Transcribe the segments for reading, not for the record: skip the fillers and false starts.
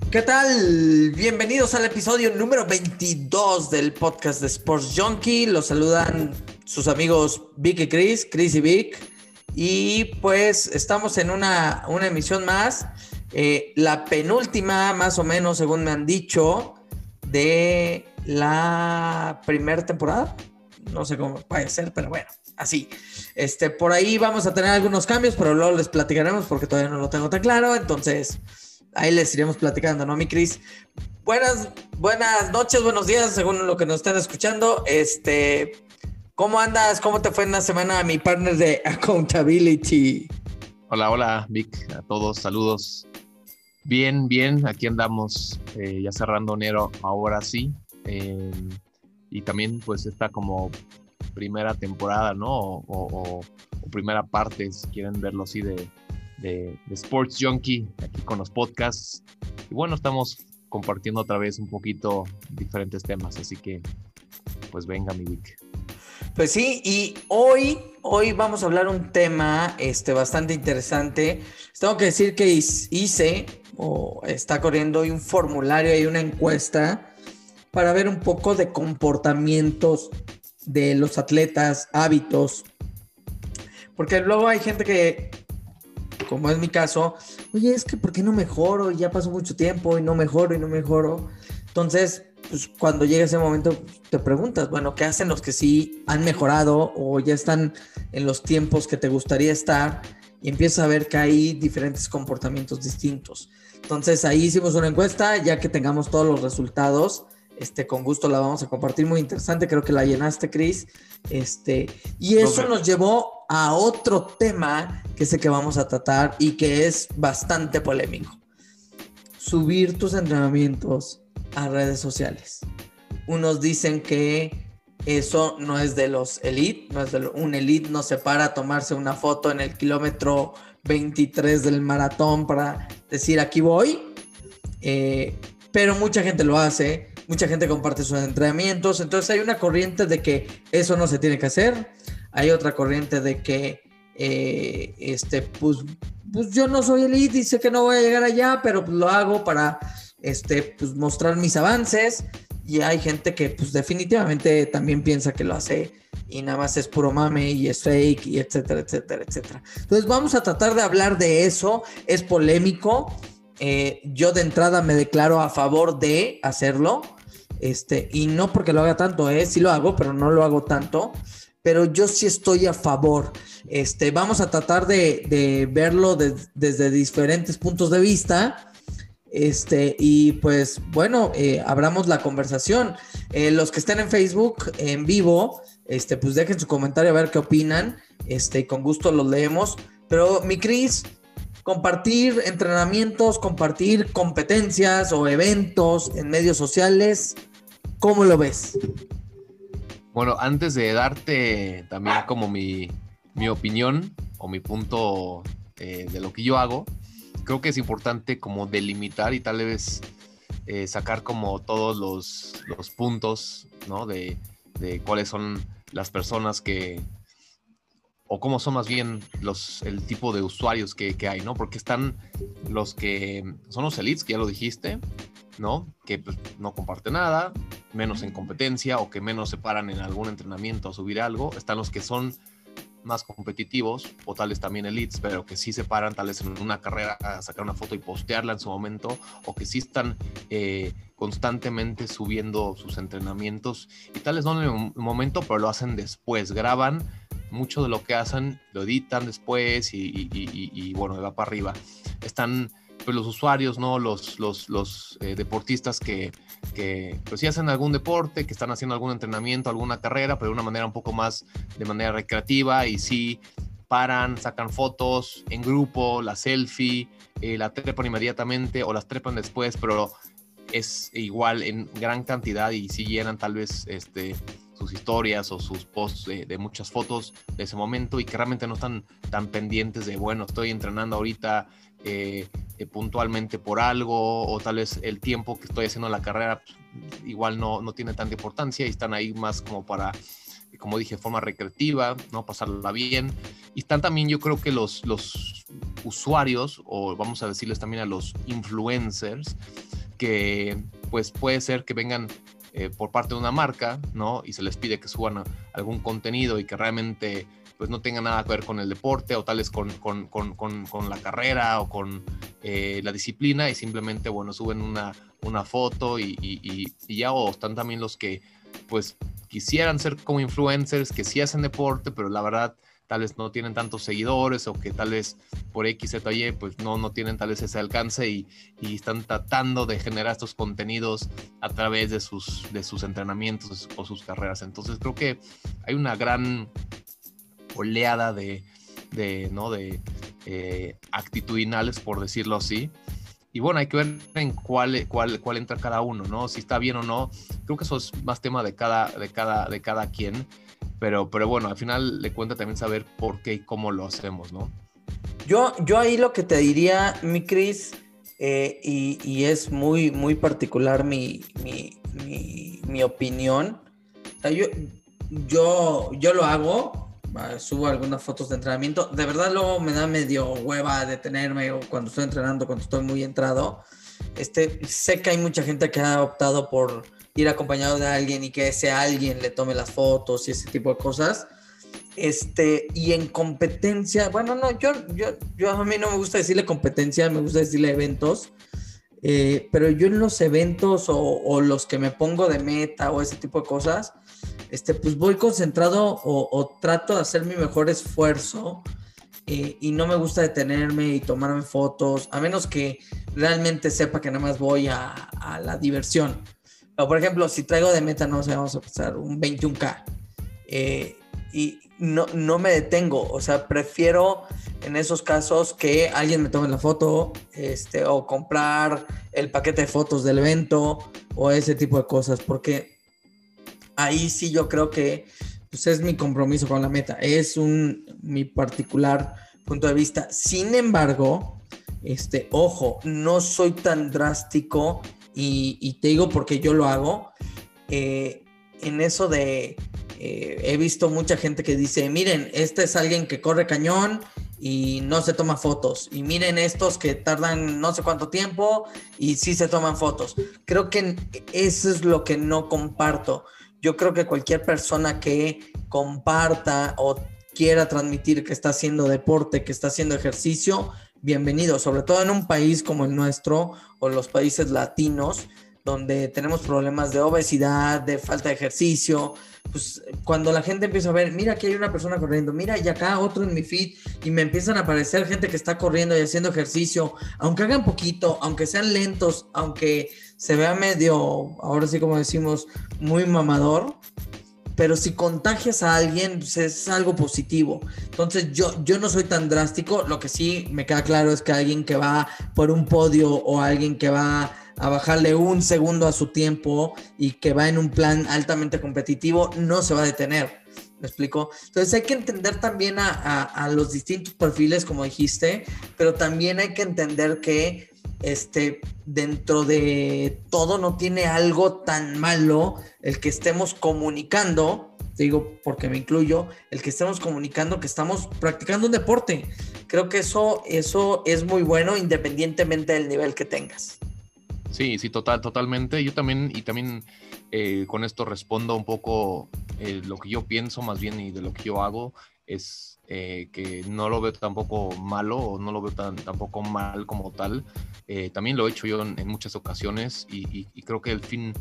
¿Qué tal? Bienvenidos al episodio número 22 del podcast de Sports Junkie. Los saludan sus amigos Vic y Chris y Vic. Y pues estamos en una emisión más, la penúltima más o menos, según me han dicho, de la primera temporada. No sé cómo puede ser, pero bueno, así. Por ahí vamos a tener algunos cambios, pero luego les platicaremos porque todavía no lo tengo tan claro. Entonces, ahí les iremos platicando, ¿no, mi Chris? Buenas noches, buenos días, según lo que nos estén escuchando. ¿Cómo andas? ¿Cómo te fue en la semana, mi partner de Accountability? Hola, Vic, a todos, saludos. Bien, aquí andamos, ya cerrando enero, ahora sí. Y también, pues, esta como primera temporada, ¿no? O primera parte, si quieren verlo así, de Sports Junkie, aquí con los podcasts. Y bueno, estamos compartiendo otra vez un poquito diferentes temas, así que, pues, venga, mi Vic. Pues sí, y hoy vamos a hablar un tema bastante interesante. Tengo que decir que hice, o está corriendo hoy un formulario y una encuesta para ver un poco de comportamientos de los atletas, hábitos. Porque luego hay gente que, como es mi caso, oye, es que ¿por qué no mejoro? Ya pasó mucho tiempo y no mejoro. Entonces, pues cuando llega ese momento te preguntas, bueno, ¿qué hacen los que sí han mejorado o ya están en los tiempos que te gustaría estar? Y empiezas a ver que hay diferentes comportamientos distintos. Entonces ahí hicimos una encuesta, ya que tengamos todos los resultados, con gusto la vamos a compartir, muy interesante, creo que la llenaste, Chris. Y eso nos llevó a otro tema que sé que vamos a tratar y que es bastante polémico. Subir tus entrenamientos a redes sociales. Unos dicen que eso no es de los elite, un elite no se para a tomarse una foto en el kilómetro 23 del maratón para decir aquí voy, pero mucha gente lo hace, mucha gente comparte sus entrenamientos. Entonces hay una corriente de que eso no se tiene que hacer, hay otra corriente de que pues yo no soy elite y sé que no voy a llegar allá, pero pues lo hago para pues mostrar mis avances. Y hay gente que pues definitivamente también piensa que lo hace y nada más es puro mame y es fake y etcétera. Entonces vamos a tratar de hablar de eso. Es polémico. Yo de entrada me declaro a favor de hacerlo. Y no porque lo haga tanto, sí lo hago, pero no lo hago tanto. Pero yo sí estoy a favor. Vamos a tratar de verlo desde diferentes puntos de vista. Y pues bueno, abramos la conversación. Los que estén en Facebook en vivo, pues dejen su comentario a ver qué opinan. Y con gusto los leemos. Pero mi Chris, compartir entrenamientos, compartir competencias o eventos en medios sociales, ¿cómo lo ves? Bueno, antes de darte también como mi opinión o mi punto de lo que yo hago, creo que es importante como delimitar y tal vez sacar como todos los puntos, ¿no? De cuáles son las personas que, o cómo son más bien el tipo de usuarios que hay, ¿no? Porque están los que son los elites, que ya lo dijiste, ¿no? Que pues, no comparten nada, menos en competencia o que menos se paran en algún entrenamiento a subir algo. Están los que son más competitivos o tal vez también elites, pero que sí se paran tal vez en una carrera a sacar una foto y postearla en su momento, o que sí están constantemente subiendo sus entrenamientos y tal vez no en el momento, pero lo hacen después, graban mucho de lo que hacen, lo editan después y bueno, va para arriba. Están pues los usuarios, ¿no? Los deportistas que pues sí hacen algún deporte, que están haciendo algún entrenamiento, alguna carrera, pero de una manera un poco más de manera recreativa y sí paran, sacan fotos en grupo, la selfie, la trepan inmediatamente o las trepan después, pero es igual en gran cantidad y sí llenan tal vez sus historias o sus posts de muchas fotos de ese momento y que realmente no están tan pendientes de, bueno, estoy entrenando ahorita puntualmente por algo o tal vez el tiempo que estoy haciendo la carrera pues, igual no tiene tanta importancia y están ahí más como para, como dije, de forma recreativa, ¿no? Pasarla bien. Y están también, yo creo que los usuarios, o vamos a decirles también a los influencers, que pues puede ser que vengan por parte de una marca, ¿no? Y se les pide que suban algún contenido y que realmente pues no tenga nada que ver con el deporte o tal vez con la carrera o con la disciplina, y simplemente, bueno, suben una foto y ya. O están también los que pues quisieran ser como influencers, que sí hacen deporte, pero la verdad tal vez no tienen tantos seguidores, o que tal vez por X, Z, Y, pues no tienen tal vez ese alcance, y están tratando de generar estos contenidos a través de sus entrenamientos o sus carreras. Entonces creo que hay una gran oleada de actitudinales, por decirlo así. Y bueno, hay que ver en cuál entra cada uno, ¿no? Si está bien o no. Creo que eso es más tema de cada quien. Pero bueno, al final le cuenta también saber por qué y cómo lo hacemos, ¿no? Yo ahí lo que te diría, mi Cris, y es muy, muy particular mi opinión. O sea, yo lo hago, subo algunas fotos de entrenamiento. De verdad luego me da medio hueva detenerme, o cuando estoy entrenando, cuando estoy muy entrado. Sé que hay mucha gente que ha optado por ir acompañado de alguien y que ese alguien le tome las fotos y ese tipo de cosas. Y en competencia, bueno, no, yo a mí no me gusta decirle competencia, me gusta decirle eventos. Pero yo en los eventos o los que me pongo de meta o ese tipo de cosas, pues voy concentrado o trato de hacer mi mejor esfuerzo, y no me gusta detenerme y tomarme fotos, a menos que realmente sepa que nada más voy a la diversión. O por ejemplo, si traigo de meta, no sé, vamos a pasar un 21K, y no me detengo, o sea, prefiero en esos casos que alguien me tome la foto, o comprar el paquete de fotos del evento o ese tipo de cosas, porque ahí sí yo creo que pues, es mi compromiso con la meta, es mi particular punto de vista. Sin embargo, ojo, no soy tan drástico, y te digo porque yo lo hago, en eso de... he visto mucha gente que dice, miren, este es alguien que corre cañón y no se toma fotos, y miren estos que tardan no sé cuánto tiempo y sí se toman fotos. Creo que eso es lo que no comparto. Yo creo que cualquier persona que comparta o quiera transmitir que está haciendo deporte, que está haciendo ejercicio, bienvenido, sobre todo en un país como el nuestro o los países latinos, donde tenemos problemas de obesidad, de falta de ejercicio. Pues cuando la gente empieza a ver, mira, aquí hay una persona corriendo, mira, y acá otro en mi feed, y me empiezan a aparecer gente que está corriendo y haciendo ejercicio, aunque hagan poquito, aunque sean lentos, aunque se vea medio, ahora sí como decimos, muy mamador, pero si contagias a alguien, pues es algo positivo. Entonces yo no soy tan drástico. Lo que sí me queda claro es que alguien que va por un podio, o alguien que va a bajarle un segundo a su tiempo y que va en un plan altamente competitivo, no se va a detener. ¿Me explico? Entonces hay que entender también a los distintos perfiles, como dijiste, pero también hay que entender que dentro de todo no tiene algo tan malo el que estemos comunicando, te digo porque me incluyo, el que estemos comunicando que estamos practicando un deporte. Creo que eso es muy bueno, independientemente del nivel que tengas. Sí, totalmente. Yo también, con esto respondo un poco lo que yo pienso más bien, y de lo que yo hago, es que no lo veo tampoco malo, o no lo veo tampoco mal como tal. También lo he hecho yo en muchas ocasiones, y creo que el fin,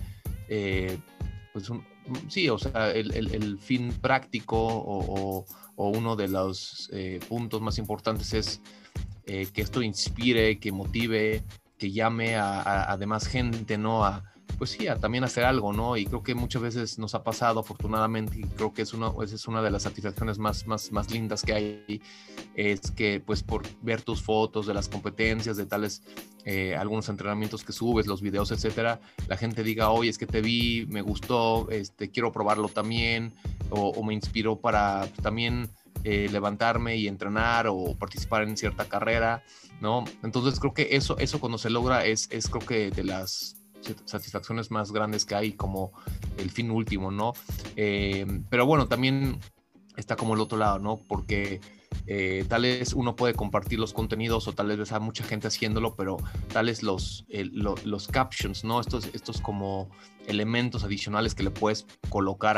pues sí, o sea, el fin práctico o uno de los puntos más importantes es que esto inspire, que motive, que llame a demás gente, ¿no? Pues sí, también hacer algo, ¿no? Y creo que muchas veces nos ha pasado, afortunadamente, y creo que esa es una de las satisfacciones más lindas que hay, es que pues por ver tus fotos de las competencias, de tales algunos entrenamientos que subes, los videos, etcétera, la gente diga, oye, es que te vi, me gustó, quiero probarlo también, o me inspiró para también levantarme y entrenar o participar en cierta carrera, ¿no? Entonces creo que eso cuando se logra es creo que de las satisfacciones más grandes que hay, como el fin último, ¿no? Pero bueno, también está como el otro lado, ¿no? Porque tal vez uno puede compartir los contenidos o tal vez ves a mucha gente haciéndolo, pero tal vez los captions, ¿no? Estos como elementos adicionales que le puedes colocar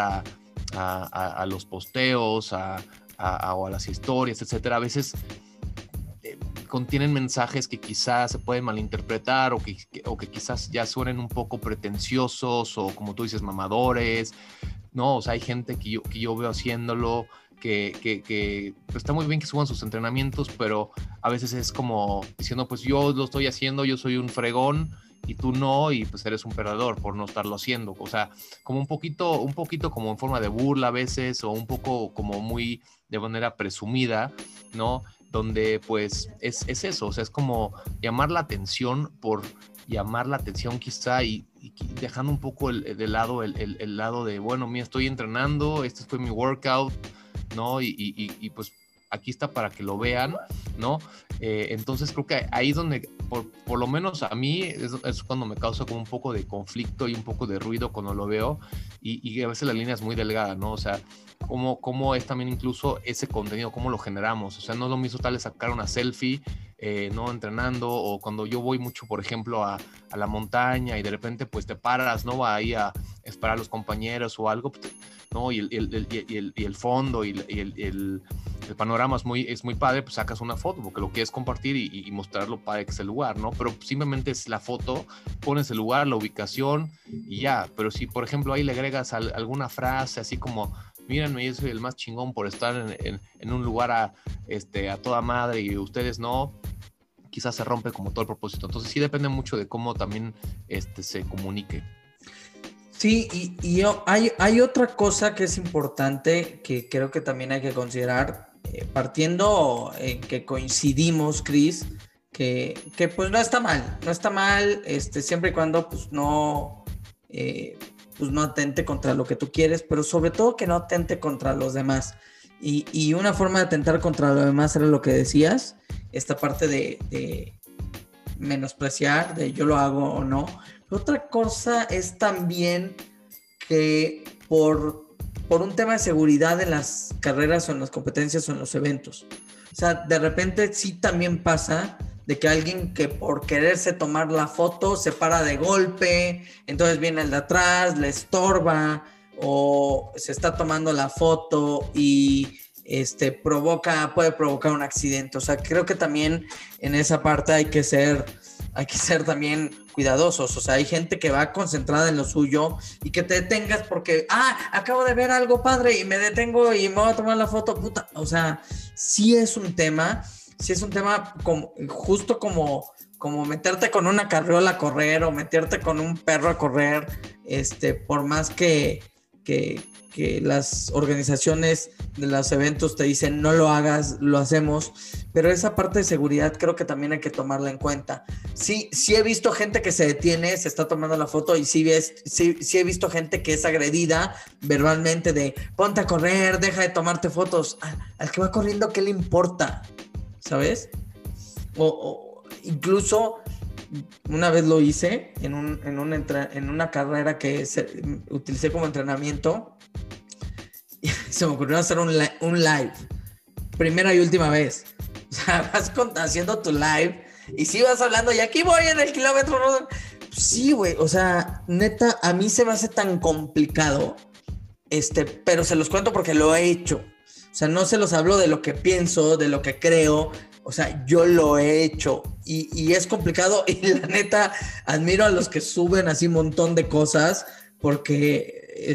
a los posteos, o a las historias, etcétera, a veces contienen mensajes que quizás se pueden malinterpretar o que quizás ya suenen un poco pretenciosos o, como tú dices, mamadores, ¿no? O sea, hay gente que yo veo haciéndolo, que pues está muy bien que suban sus entrenamientos, pero a veces es como diciendo, pues yo lo estoy haciendo, yo soy un fregón y tú no, y pues eres un perdedor por no estarlo haciendo. O sea, como un poquito como en forma de burla a veces, o un poco como muy de manera presumida, ¿no? Donde pues es eso, o sea, es como llamar la atención por llamar la atención quizá, y dejando un poco de lado el lado de, bueno, mira, estoy entrenando, este fue mi workout, ¿no? Y pues aquí está para que lo vean, ¿no? Entonces creo que ahí es donde, por lo menos a mí, es cuando me causa como un poco de conflicto y un poco de ruido cuando lo veo, y a veces la línea es muy delgada, ¿no? O sea, cómo es también incluso ese contenido, cómo lo generamos. O sea, no es lo mismo tal vez sacar una selfie, no entrenando, o cuando yo voy mucho, por ejemplo, a la montaña y de repente pues te paras, ¿no? Ahí a esperar a los compañeros o algo, ¿no? Y el fondo y el panorama es muy padre, pues sacas una foto porque lo quieres compartir y mostrar lo padre que es el lugar, ¿no? Pero simplemente es la foto, pones el lugar, la ubicación y ya. Pero si, por ejemplo, ahí le agregas alguna frase así como, mírenme, yo soy el más chingón por estar en un lugar a toda madre y ustedes no, quizás se rompe como todo el propósito. Entonces sí depende mucho de cómo también se comunique. Sí, hay otra cosa que es importante que creo que también hay que considerar, partiendo en que coincidimos, Chris, que pues no está mal, siempre y cuando pues no atente contra lo que tú quieres, pero sobre todo que no atente contra los demás. Y una forma de atentar contra los demás era lo que decías, esta parte de menospreciar, de yo lo hago o no. Otra cosa es también que por un tema de seguridad en las carreras o en las competencias o en los eventos. O sea, de repente sí también pasa de que alguien que por quererse tomar la foto se para de golpe, entonces viene el de atrás, le estorba o se está tomando la foto y puede provocar un accidente. O sea, creo que también en esa parte hay que ser también cuidadosos. O sea, hay gente que va concentrada en lo suyo y que te detengas porque, acabo de ver algo padre y me detengo y me voy a tomar la foto, puta. O sea, sí es un tema como, justo como meterte con una carriola a correr o meterte con un perro a correr, por más que las organizaciones de los eventos te dicen no lo hagas, lo hacemos, pero esa parte de seguridad creo que también hay que tomarla en cuenta. Sí he visto gente que se detiene, se está tomando la foto y sí he visto gente que es agredida verbalmente de ponte a correr, deja de tomarte fotos. Al que va corriendo, ¿qué le importa? ¿Sabes? O incluso una vez lo hice en una carrera que utilicé como entrenamiento. Se me ocurrió hacer un live, primera y última vez. O sea, vas haciendo tu live y si vas hablando y aquí voy en el kilómetro. Sí, güey, o sea, neta, a mí se me hace tan complicado, pero se los cuento porque lo he hecho. O sea, no se los hablo de lo que pienso, de lo que creo. O sea, yo lo he hecho y es complicado y la neta admiro a los que suben así un montón de cosas porque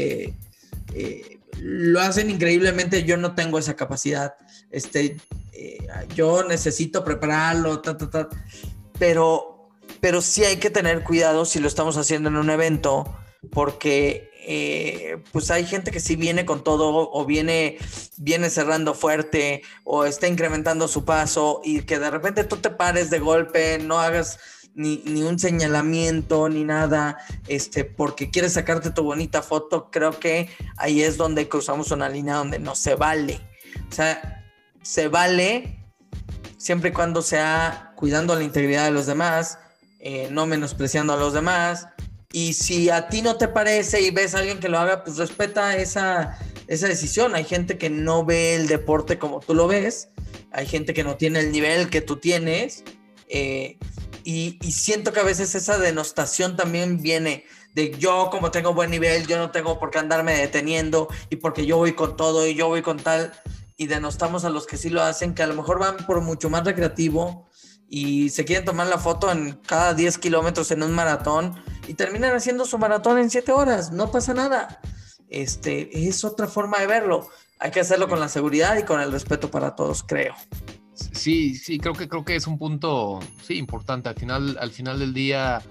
lo hacen increíblemente. Yo no tengo esa capacidad. Yo necesito prepararlo, pero sí hay que tener cuidado si lo estamos haciendo en un evento porque pues hay gente que sí viene con todo o viene cerrando fuerte o está incrementando su paso y que de repente tú te pares de golpe, no hagas ni un señalamiento ni nada, porque quieres sacarte tu bonita foto. Creo que ahí es donde cruzamos una línea donde no se vale. O sea, se vale siempre y cuando sea cuidando la integridad de los demás, no menospreciando a los demás. Y si a ti no te parece y ves a alguien que lo haga, pues respeta esa esa decisión. Hay gente que no ve el deporte como tú lo ves, hay gente que no tiene el nivel que tú tienes, y siento que a veces esa denostación también viene de yo como tengo buen nivel, yo no tengo por qué andarme deteniendo y porque yo voy con todo y yo voy con tal, y denostamos a los que sí lo hacen, que a lo mejor van por mucho más recreativo y se quieren tomar la foto en cada 10 kilómetros en un maratón y terminan haciendo su maratón en 7 horas, no pasa nada. Es otra forma de verlo. Hay que hacerlo con la seguridad y con el respeto para todos, creo. Sí, creo que es un punto, sí, importante. Al final del día,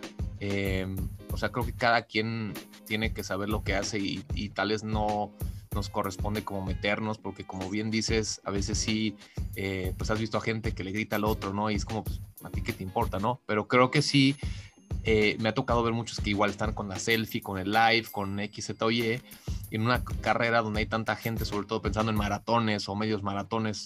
o sea, creo que cada quien tiene que saber lo que hace y tal vez no nos corresponde como meternos, porque como bien dices, a veces sí, pues has visto a gente que le grita al otro, ¿no? Y es como, pues, ¿a ti qué te importa, no? Pero creo que sí, me ha tocado ver muchos que igual están con la selfie, con el live, con X, Z o Y, en una carrera donde hay tanta gente, sobre todo pensando en maratones o medios maratones,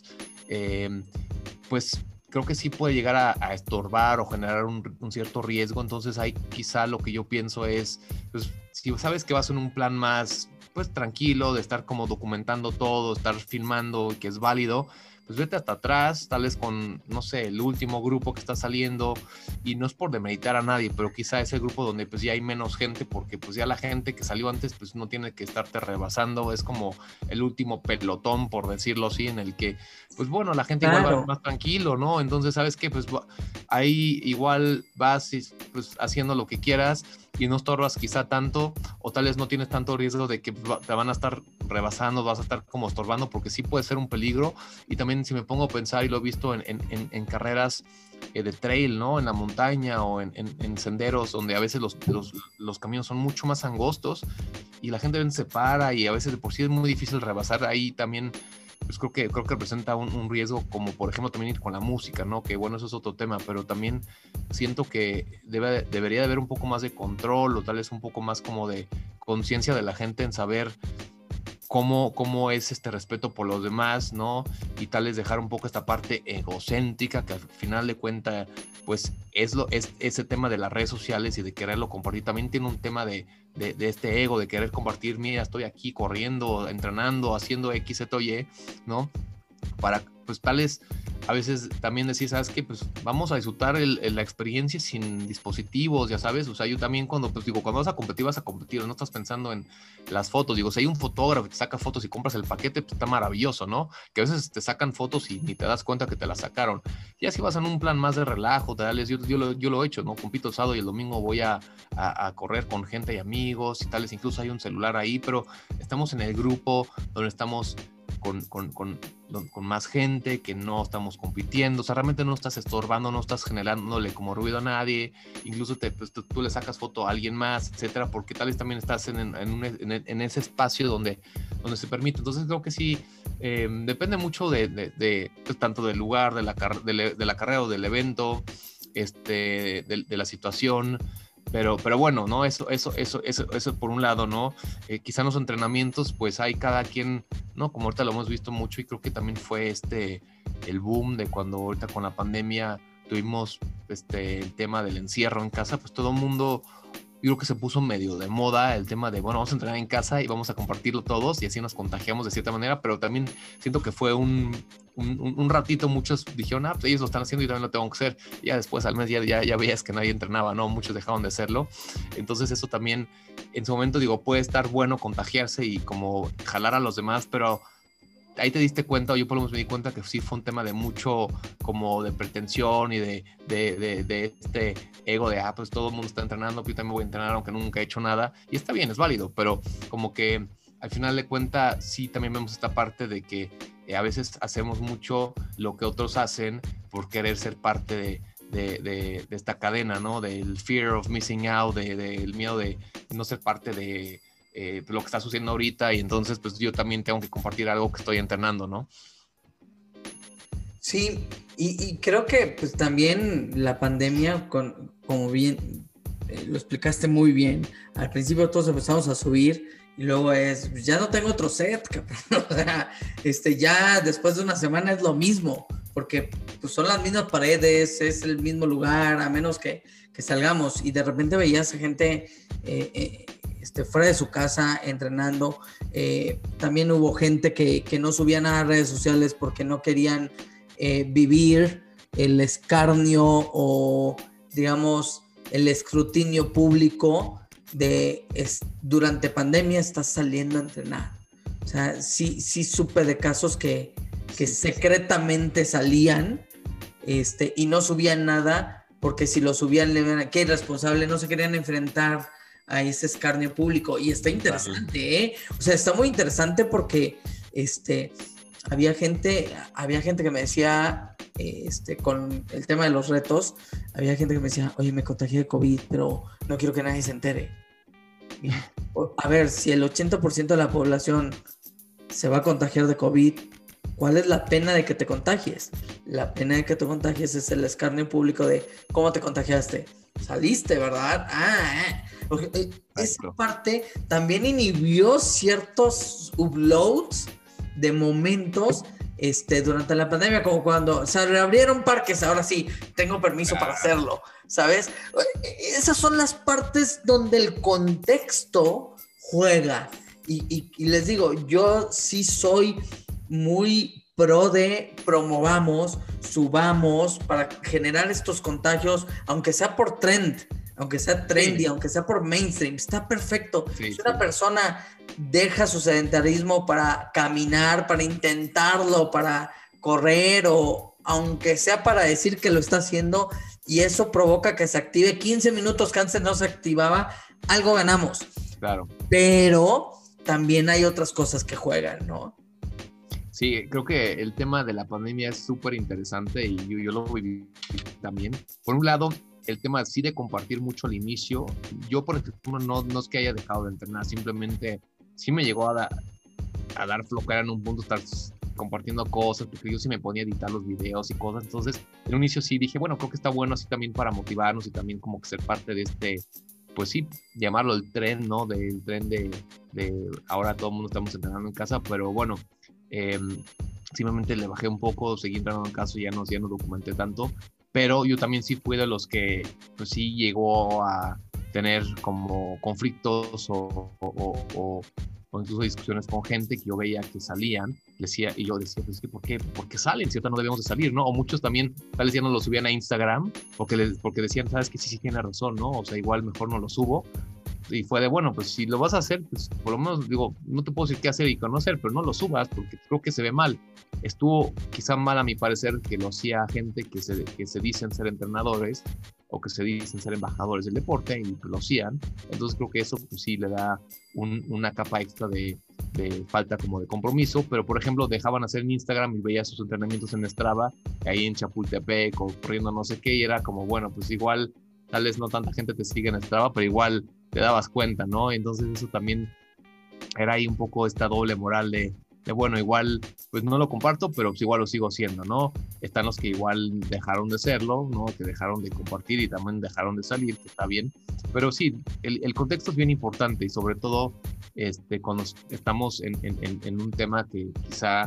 pues creo que sí puede llegar a estorbar o generar un cierto riesgo. Entonces ahí quizá lo que yo pienso es, pues si sabes que vas en un plan más pues tranquilo, de estar como documentando todo, estar filmando y que es válido, pues vete hasta atrás, tal vez con, no sé, el último grupo que está saliendo, y no es por demeritar a nadie, pero quizá ese grupo donde pues ya hay menos gente, porque pues ya la gente que salió antes pues no tiene que estarte rebasando, es como el último pelotón, por decirlo así, en el que pues bueno, la gente igual va más tranquilo, ¿no? Entonces, ¿sabes qué? Pues ahí igual vas pues haciendo lo que quieras y no estorbas quizá tanto, o tal vez no tienes tanto riesgo de que te van a estar rebasando, vas a estar como estorbando, porque sí puede ser un peligro. Y también si me pongo a pensar, y lo he visto en carreras de trail, ¿no? En la montaña o en senderos donde a veces los caminos son mucho más angostos y la gente se para y a veces de por sí es muy difícil rebasar. Ahí también pues creo que representa un riesgo, como por ejemplo también ir con la música, ¿no? Que bueno, eso es otro tema, pero también siento que debería de haber un poco más de control, o tal vez un poco más como de conciencia de la gente en saber cómo es este respeto por los demás, ¿no? Y tal vez dejar un poco esta parte egocéntrica, que al final de cuentas, pues es ese tema de las redes sociales y de quererlo compartir. También tiene un tema de este ego, de querer compartir, mira, estoy aquí corriendo, entrenando, haciendo X, Z, Y, ¿no? Para, pues tales, a veces también decir, ¿sabes qué? Pues vamos a disfrutar la experiencia sin dispositivos, ya sabes. O sea, yo también cuando vas a competir, no estás pensando en las fotos. Digo, si hay un fotógrafo que te saca fotos y compras el paquete, pues está maravilloso, ¿no? Que a veces te sacan fotos y ni te das cuenta que te las sacaron. Ya si vas en un plan más de relajo, tales, yo lo he hecho, ¿no? Compito el sábado y el domingo voy a correr con gente y amigos y tales, incluso hay un celular ahí, pero estamos en el grupo donde estamos con más gente, que no estamos compitiendo, o sea, realmente no estás estorbando, no estás generándole como ruido a nadie, incluso pues, tú le sacas foto a alguien más, etcétera, porque tal vez también estás en ese espacio donde se permite. Entonces creo que sí, depende mucho pues, tanto del lugar, de la carrera o del evento, de la situación. Pero bueno, ¿no? Eso por un lado, ¿no? Quizá en los entrenamientos, pues hay cada quien, ¿no? Como ahorita lo hemos visto mucho, y creo que también fue el boom de cuando ahorita con la pandemia tuvimos el tema del encierro en casa, pues todo el mundo, yo creo que se puso medio de moda el tema de, bueno, vamos a entrenar en casa y vamos a compartirlo todos y así nos contagiamos de cierta manera, pero también siento que fue un ratito, muchos dijeron, pues ellos lo están haciendo y también lo tengo que hacer. Y ya después al mes ya veías que nadie entrenaba, ¿no? Muchos dejaron de hacerlo. Entonces eso también, en su momento, digo, puede estar bueno contagiarse y como jalar a los demás, pero ahí te diste cuenta, o yo por lo menos me di cuenta que sí fue un tema de mucho como de pretensión y de este ego de, pues todo el mundo está entrenando, yo también voy a entrenar aunque nunca he hecho nada, y está bien, es válido, pero como que al final de cuentas sí también vemos esta parte de que a veces hacemos mucho lo que otros hacen por querer ser parte de esta cadena, ¿no? Del fear of missing out, del miedo de no ser parte de lo que está sucediendo ahorita, y entonces pues yo también tengo que compartir algo que estoy entrenando, ¿no? Sí, y creo que pues también la pandemia, como bien lo explicaste muy bien, al principio todos empezamos a subir y luego pues, ya no tengo otro set, cabrón. O sea, ya después de una semana es lo mismo, porque pues son las mismas paredes, es el mismo lugar, a menos que salgamos, y de repente veías a gente fuera de su casa entrenando. También hubo gente que no subía nada a redes sociales porque no querían vivir el escarnio o, digamos, el escrutinio público durante pandemia estás saliendo a entrenar. O sea, sí supe de casos que secretamente salían y no subían nada, porque si lo subían le iban a qué irresponsable, no se querían enfrentar a ese escarnio público. Y está interesante, O sea, está muy interesante porque había gente que me decía, con el tema de los retos, había gente que me decía, oye, me contagié de COVID, pero no quiero que nadie se entere. Y, a ver, si el 80% de la población se va a contagiar de COVID, ¿cuál es la pena de que te contagies? La pena de que te contagies es el escarnio público de cómo te contagiaste. Saliste, ¿verdad? Esa parte también inhibió ciertos uploads de momentos durante la pandemia, como cuando se reabrieron parques, ahora sí, tengo permiso para hacerlo, ¿sabes? Esas son las partes donde el contexto juega. Y les digo, yo sí soy muy pro de promovamos, subamos para generar estos contagios, aunque sea por trend, aunque sea trendy, aunque sea por mainstream, está perfecto. Si una persona deja su sedentarismo para caminar, para intentarlo, para correr o aunque sea para decir que lo está haciendo y eso provoca que se active 15 minutos que antes no se activaba, algo ganamos. Claro. Pero también hay otras cosas que juegan, ¿no? Sí, creo que el tema de la pandemia es súper interesante y yo lo viví también. Por un lado, el tema sí de compartir mucho al inicio. Yo, por ejemplo, no es que haya dejado de entrenar, simplemente sí me llegó a dar flojera en un punto estar compartiendo cosas, porque yo sí me ponía a editar los videos y cosas. Entonces, en un inicio sí dije, bueno, creo que está bueno así también para motivarnos y también como que ser parte de pues sí, llamarlo el tren, ¿no? Del tren de ahora todo el mundo estamos entrenando en casa, pero bueno, simplemente le bajé un poco, seguí entrenando en casa, ya no documenté tanto, pero yo también sí fui de los que pues sí llegó a tener como conflictos o incluso discusiones con gente que yo veía que salían, y yo decía, pues, ¿por qué salen? Si ahorita no debemos de salir, ¿no? O muchos también, tal vez ya no lo subían a Instagram, porque decían, sabes que sí tiene razón, ¿no? O sea, igual mejor no lo subo. Y fue de, bueno, pues si lo vas a hacer, pues por lo menos, digo, no te puedo decir qué hacer y qué no hacer, pero no lo subas porque creo que se ve mal. Estuvo quizá mal a mi parecer que lo hacía gente que se dicen ser entrenadores o que se dicen ser embajadores del deporte y lo hacían. Entonces creo que eso pues sí le da una capa extra de falta como de compromiso, pero por ejemplo dejaban hacer en Instagram y veía sus entrenamientos en Strava, ahí en Chapultepec o corriendo no sé qué, y era como, bueno, pues igual tal vez no tanta gente te sigue en Strava, pero igual te dabas cuenta, ¿no? Entonces eso también era ahí un poco esta doble moral de bueno, igual pues no lo comparto, pero pues igual lo sigo haciendo, ¿no? Están los que igual dejaron de serlo, ¿no? Que dejaron de compartir y también dejaron de salir, que está bien. Pero sí, el contexto es bien importante y sobre todo cuando estamos en un tema que quizá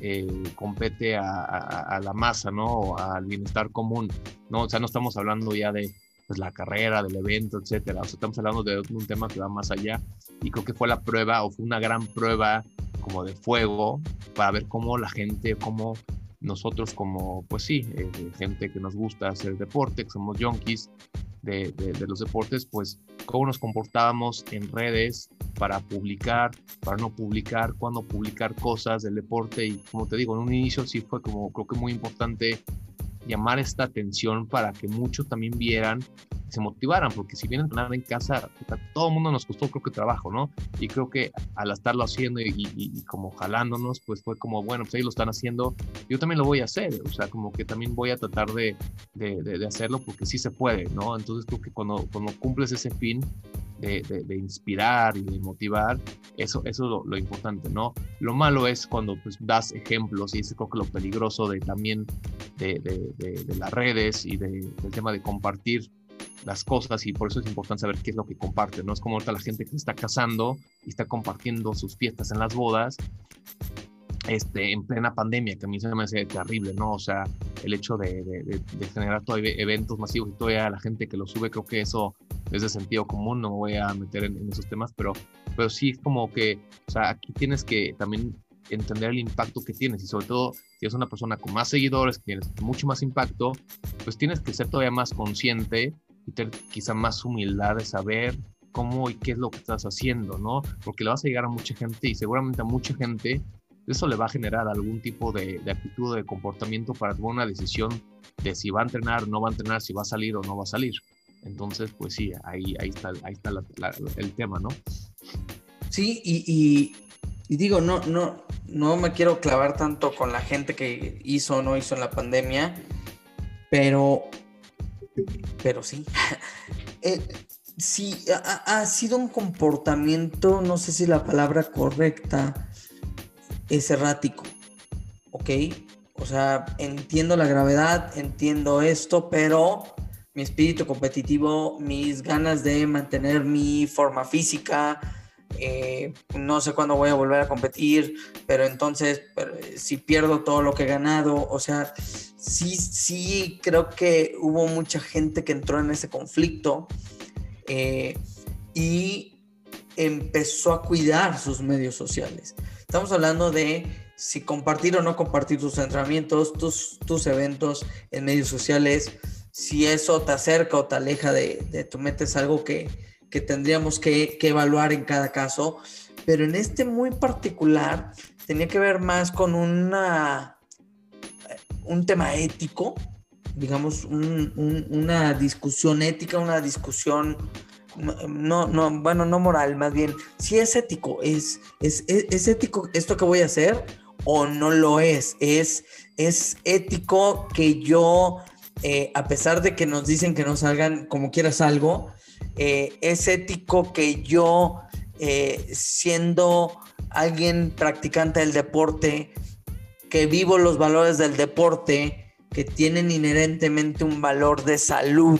compete a la masa, ¿no? O al bienestar común, ¿no? O sea, no estamos hablando ya de pues, la carrera, del evento, etcétera. O sea, estamos hablando de un tema que va más allá y creo que fue la prueba o fue una gran prueba como de fuego para ver cómo la gente, cómo nosotros como, pues sí, gente que nos gusta hacer deporte, que somos junkies de los deportes, pues cómo nos comportábamos en redes para publicar, para no publicar, cuándo publicar cosas del deporte y como te digo, en un inicio sí fue como, creo que muy importante llamar esta atención para que muchos también vieran y se motivaran, porque si vienen a entrenar en casa, todo el mundo nos costó creo que trabajo, ¿no? Y creo que al estarlo haciendo y como jalándonos, pues fue como, bueno, pues ellos lo están haciendo, yo también lo voy a hacer, o sea, como que también voy a tratar de hacerlo porque sí se puede, ¿no? Entonces creo que cuando cumples ese fin de inspirar y de motivar, eso es lo importante, ¿no? Lo malo es cuando pues das ejemplos y es creo que lo peligroso de también de las redes y del tema de compartir las cosas y por eso es importante saber qué es lo que comparte, ¿no? Es como ahorita la gente que se está casando y está compartiendo sus fiestas en las bodas en plena pandemia, que a mí se me hace terrible, ¿no? O sea, el hecho de generar todavía eventos masivos y todavía la gente que lo sube, creo que eso es de sentido común, no me voy a meter en esos temas, pero sí es como que, o sea, aquí tienes que también entender el impacto que tienes y sobre todo si eres una persona con más seguidores, que tienes mucho más impacto, pues tienes que ser todavía más consciente y tener quizá más humildad de saber cómo y qué es lo que estás haciendo, ¿no? Porque le vas a llegar a mucha gente y seguramente a mucha gente eso le va a generar algún tipo de actitud o de comportamiento para tomar una decisión de si va a entrenar o no va a entrenar, si va a salir o no va a salir. Entonces, pues sí, ahí está el tema, ¿no? Sí, y digo, no me quiero clavar tanto con la gente que hizo o no hizo en la pandemia, pero sí. Sí, ha sido un comportamiento, no sé si la palabra correcta es errático, ¿ok? O sea, entiendo la gravedad, entiendo esto, pero mi espíritu competitivo, mis ganas de mantener mi forma física, no sé cuándo voy a volver a competir, pero entonces si pierdo todo lo que he ganado, o sea, sí creo que hubo mucha gente que entró en ese conflicto y empezó a cuidar sus medios sociales. Estamos hablando de si compartir o no compartir tus entrenamientos, tus eventos en medios sociales, si eso te acerca o te aleja de tu meta, es algo que tendríamos que evaluar en cada caso, pero en este muy particular tenía que ver más con un tema ético, digamos, una discusión ética, una discusión no moral, más bien, si es ético, es ético esto que voy a hacer o no lo es ético que yo, a pesar de que nos dicen que no salgan como quieras algo, es ético que yo, siendo alguien practicante del deporte, que vivo los valores del deporte, que tienen inherentemente un valor de salud,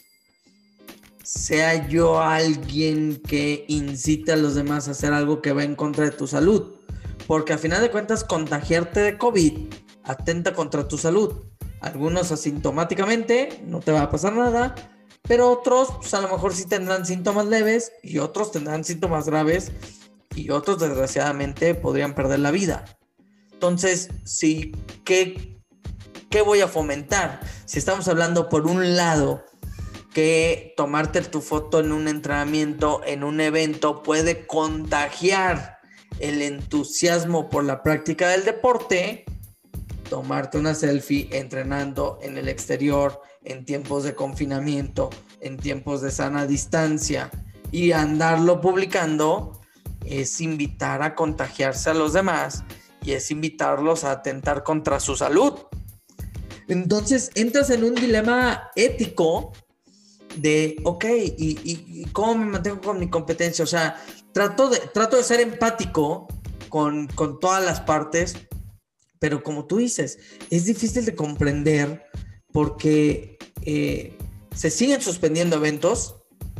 sea yo alguien que incite a los demás a hacer algo que va en contra de tu salud. Porque a final de cuentas, contagiarte de COVID atenta contra tu salud. Algunos asintomáticamente, no te va a pasar nada, pero otros, pues a lo mejor sí tendrán síntomas leves y otros tendrán síntomas graves y otros, desgraciadamente, podrían perder la vida. Entonces, sí, ¿qué voy a fomentar? Si estamos hablando por un lado que tomarte tu foto en un entrenamiento, en un evento, puede contagiar el entusiasmo por la práctica del deporte, tomarte una selfie entrenando en el exterior, en tiempos de confinamiento, en tiempos de sana distancia y andarlo publicando, es invitar a contagiarse a los demás y es invitarlos a atentar contra su salud. Entonces entras en un dilema ético de, ok, ¿y cómo me mantengo con mi competencia? O sea, trato de ser empático con todas las partes, pero como tú dices, es difícil de comprender porque se siguen suspendiendo eventos,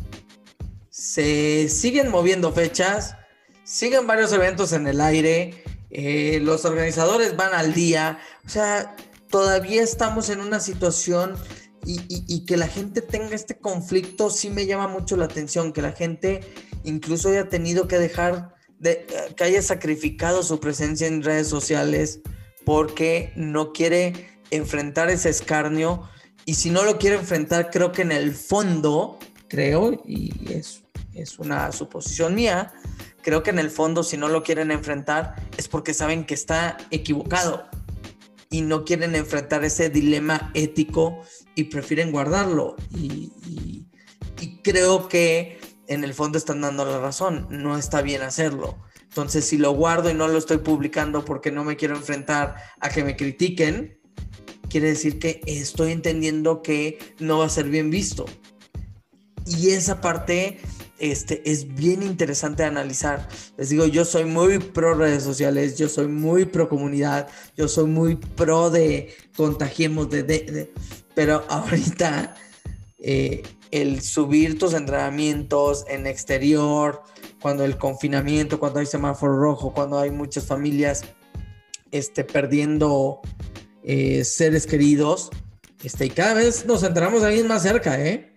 se siguen moviendo fechas, siguen varios eventos en el aire, los organizadores van al día, o sea, todavía estamos en una situación y que la gente tenga este conflicto sí me llama mucho la atención, que la gente incluso haya tenido que que haya sacrificado su presencia en redes sociales porque no quiere enfrentar ese escarnio, y si no lo quiere enfrentar, creo que en el fondo, y es una suposición mía, creo que en el fondo, si no lo quieren enfrentar, es porque saben que está equivocado y no quieren enfrentar ese dilema ético y prefieren guardarlo. Y creo que en el fondo están dando la razón, no está bien hacerlo. Entonces, si lo guardo y no lo estoy publicando porque no me quiero enfrentar a que me critiquen, quiere decir que estoy entendiendo que no va a ser bien visto. Y esa parte es bien interesante de analizar. Les digo, yo soy muy pro redes sociales, yo soy muy pro comunidad, yo soy muy pro de contagiemos, pero ahorita el subir tus entrenamientos en exterior, cuando el confinamiento, cuando hay semáforo rojo, cuando hay muchas familias perdiendo seres queridos, y cada vez nos enteramos de alguien más cerca,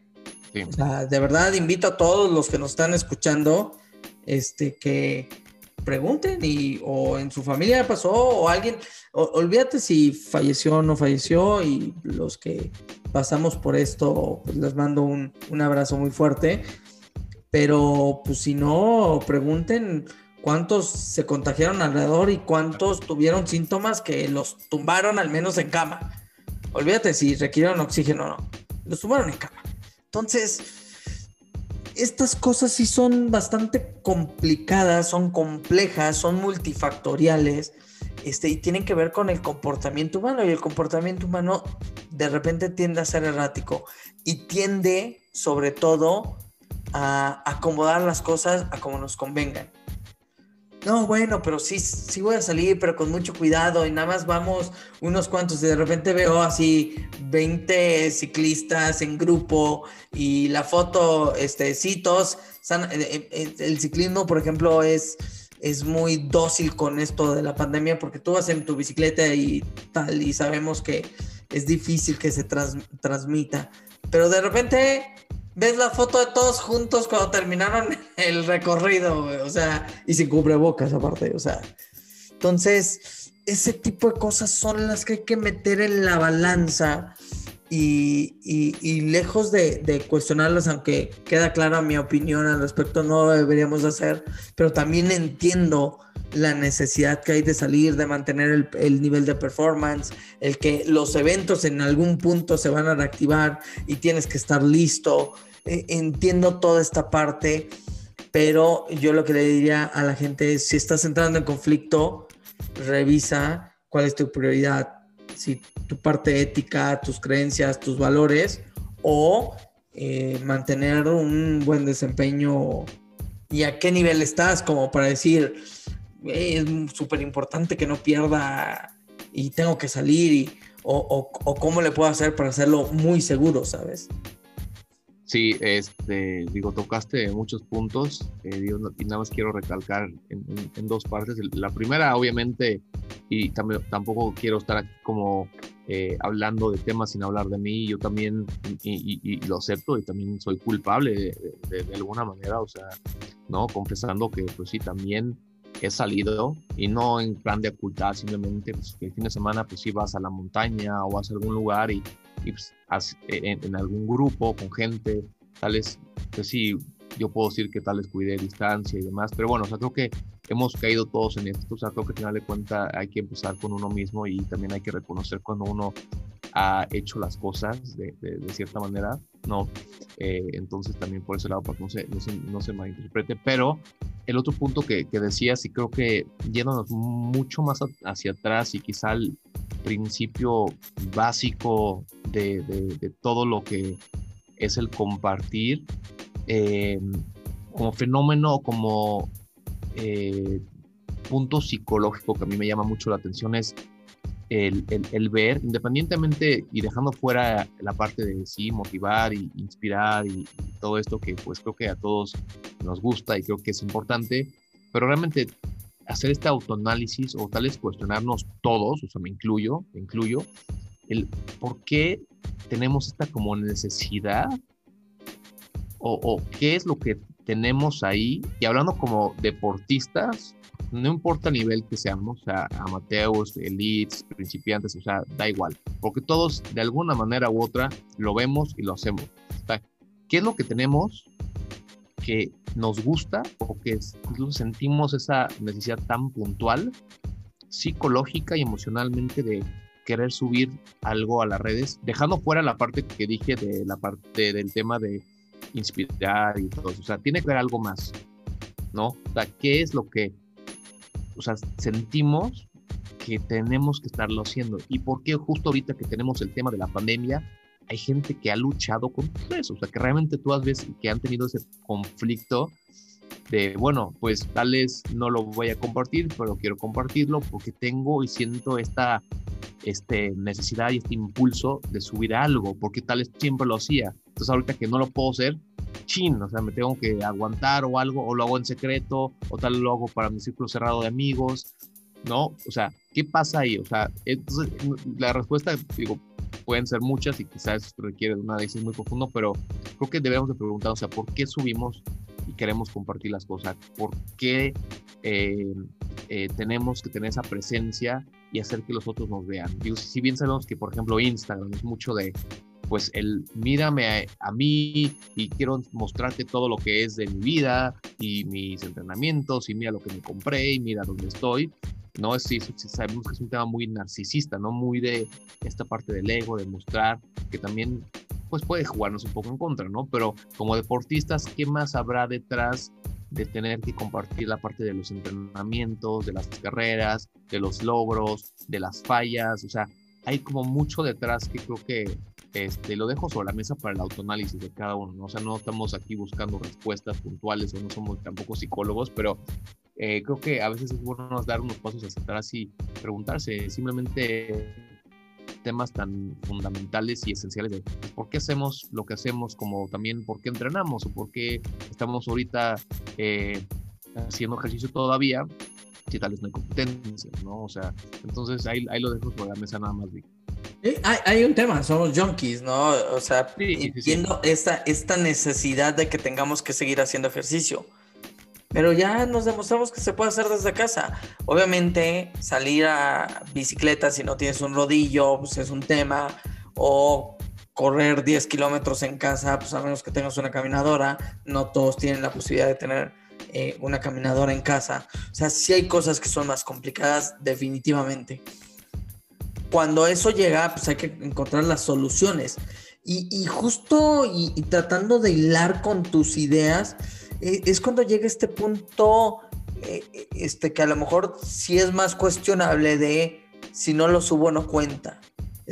Sí. O sea, de verdad invito a todos los que nos están escuchando, que pregunten o en su familia pasó o alguien, olvídate si falleció o no falleció, y los que pasamos por esto, pues les mando un abrazo muy fuerte, pero pues si no, pregunten cuántos se contagiaron alrededor y cuántos tuvieron síntomas que los tumbaron al menos en cama. Olvídate si requirieron oxígeno o no, los tumbaron en cama. Entonces, estas cosas sí son bastante complicadas, son complejas, son multifactoriales, y tienen que ver con el comportamiento humano, y el comportamiento humano de repente tiende a ser errático y tiende sobre todo a acomodar las cosas a como nos convengan. No, bueno, pero sí voy a salir, pero con mucho cuidado, y nada más vamos unos cuantos, y de repente veo así 20 ciclistas en grupo, y la foto, citos, el ciclismo, por ejemplo, es muy dócil con esto de la pandemia, porque tú vas en tu bicicleta y tal, y sabemos que es difícil que se transmita, pero de repente ves la foto de todos juntos cuando terminaron el recorrido, güey, o sea, y sin cubrebocas aparte, o sea. Entonces, ese tipo de cosas son las que hay que meter en la balanza, y lejos de cuestionarlas, aunque queda clara mi opinión al respecto, no lo deberíamos hacer, pero también entiendo la necesidad que hay de salir, de mantener el nivel de performance, el que los eventos en algún punto se van a reactivar y tienes que estar listo. Entiendo toda esta parte, pero yo lo que le diría a la gente es: si estás entrando en conflicto, revisa cuál es tu prioridad, si tu parte ética, tus creencias, tus valores, o mantener un buen desempeño, y a qué nivel estás, como para decir, es súper importante que no pierda y tengo que salir, o cómo le puedo hacer para hacerlo muy seguro, ¿sabes? Sí, digo, tocaste muchos puntos, y nada más quiero recalcar en dos partes. La primera, obviamente, y tampoco quiero estar aquí como hablando de temas sin hablar de mí. Yo también, y lo acepto, y también soy culpable de alguna manera, o sea, ¿no? Confesando que, pues sí, también he salido, y no en plan de ocultar, simplemente pues, que el fin de semana, pues sí vas a la montaña o vas a algún lugar, y pues, en algún grupo con gente, tales, pues sí, yo puedo decir que tal les cuidé distancia y demás, pero bueno, o sea, creo que hemos caído todos en esto. O sea, creo que al final de cuentas hay que empezar con uno mismo, y también hay que reconocer cuando uno ha hecho las cosas de cierta manera, ¿no? Entonces también por ese lado, para que no se malinterprete. Pero el otro punto que decías, y creo que yéndonos mucho más hacia atrás, y quizá el principio básico de todo lo que es el compartir, como fenómeno, como punto psicológico que a mí me llama mucho la atención, es el ver, independientemente y dejando fuera la parte de sí, motivar y inspirar y todo esto que pues creo que a todos nos gusta y creo que es importante, pero realmente hacer este autoanálisis, o tal vez cuestionarnos todos, o sea, me incluyo, el por qué tenemos esta como necesidad, o qué es lo que tenemos ahí. Y hablando como deportistas, no importa el nivel que seamos, o sea, amateurs, elites, principiantes, o sea, da igual, porque todos de alguna manera u otra lo vemos y lo hacemos. O sea, ¿qué es lo que tenemos que nos gusta, o que incluso sentimos esa necesidad tan puntual, psicológica y emocionalmente, de querer subir algo a las redes, dejando fuera la parte que dije de la parte del tema de inspirar y todo eso? O sea, tiene que haber algo más, ¿no? O sea, ¿qué es lo que, o sea, sentimos que tenemos que estarlo haciendo? ¿Y por qué justo ahorita que tenemos el tema de la pandemia, hay gente que ha luchado con eso? O sea, que realmente tú has visto que han tenido ese conflicto de, bueno, pues tal vez no lo voy a compartir, pero quiero compartirlo porque tengo y siento esta necesidad y este impulso de subir algo, porque tal vez siempre lo hacía. Entonces ahorita que no lo puedo hacer, chin, o sea, me tengo que aguantar o algo, o lo hago en secreto, o tal vez lo hago para mi círculo cerrado de amigos, ¿no? O sea, ¿qué pasa ahí? O sea, entonces la respuesta, digo, pueden ser muchas y quizás requiere de un análisis muy profundo, pero creo que debemos de preguntar, o sea, ¿por qué subimos y queremos compartir las cosas? ¿Por qué tenemos que tener esa presencia y hacer que los otros nos vean? Digo, si bien sabemos que, por ejemplo, Instagram es mucho de, pues, el mírame a mí y quiero mostrarte todo lo que es de mi vida y mis entrenamientos y mira lo que me compré y mira dónde estoy. No, sí, sabemos que es un tema muy narcisista, ¿no? Muy de esta parte del ego, de mostrar, que también pues puede jugarnos un poco en contra, ¿no? Pero como deportistas, ¿qué más habrá detrás de tener que compartir la parte de los entrenamientos, de las carreras, de los logros, de las fallas? O sea, hay como mucho detrás que creo que lo dejo sobre la mesa para el autoanálisis de cada uno, ¿no? O sea, no estamos aquí buscando respuestas puntuales o no somos tampoco psicólogos, pero creo que a veces es bueno dar unos pasos hacia atrás y preguntarse simplemente temas tan fundamentales y esenciales de pues, por qué hacemos lo que hacemos, como también por qué entrenamos o por qué estamos ahorita haciendo ejercicio todavía si tal vez no hay competencia, ¿no? O sea, entonces ahí lo dejo sobre la mesa nada más, Vic. Hay un tema, somos junkies, ¿no? O sea, Sí. entiendo esta necesidad de que tengamos que seguir haciendo ejercicio, pero ya nos demostramos que se puede hacer desde casa. Obviamente, salir a bicicleta si no tienes un rodillo, pues es un tema, o correr 10 kilómetros en casa, pues a menos que tengas una caminadora, no todos tienen la posibilidad de tener una caminadora en casa. O sea, sí hay cosas que son más complicadas, definitivamente. Cuando eso llega, pues hay que encontrar las soluciones. Y justo y tratando de hilar con tus ideas, es cuando llega este punto que a lo mejor sí es más cuestionable de si no lo subo no cuenta.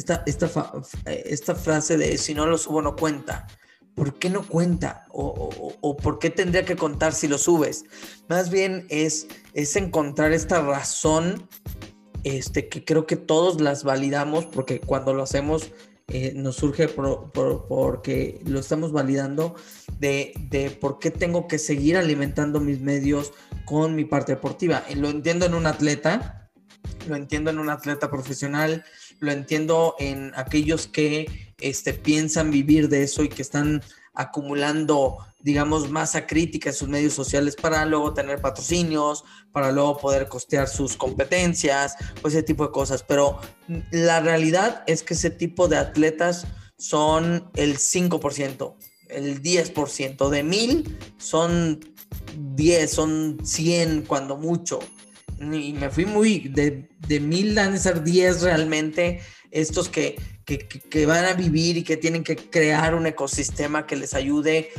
Esta frase de si no lo subo no cuenta. ¿Por qué no cuenta? ¿O por qué tendría que contar si lo subes? Más bien es encontrar esta razón que creo que todos las validamos, porque cuando lo hacemos nos surge porque lo estamos validando de por qué tengo que seguir alimentando mis medios con mi parte deportiva. Y lo entiendo en un atleta, lo entiendo en un atleta profesional, lo entiendo en aquellos que piensan vivir de eso y que están acumulando, digamos, masa crítica en sus medios sociales para luego tener patrocinios, para luego poder costear sus competencias, o ese tipo de cosas. Pero la realidad es que ese tipo de atletas son el 5%, el 10%. De 1000 son 10, son 100 cuando mucho. Y me fui muy, de 1000 van a ser 10 realmente, estos que van a vivir y que tienen que crear un ecosistema que les ayude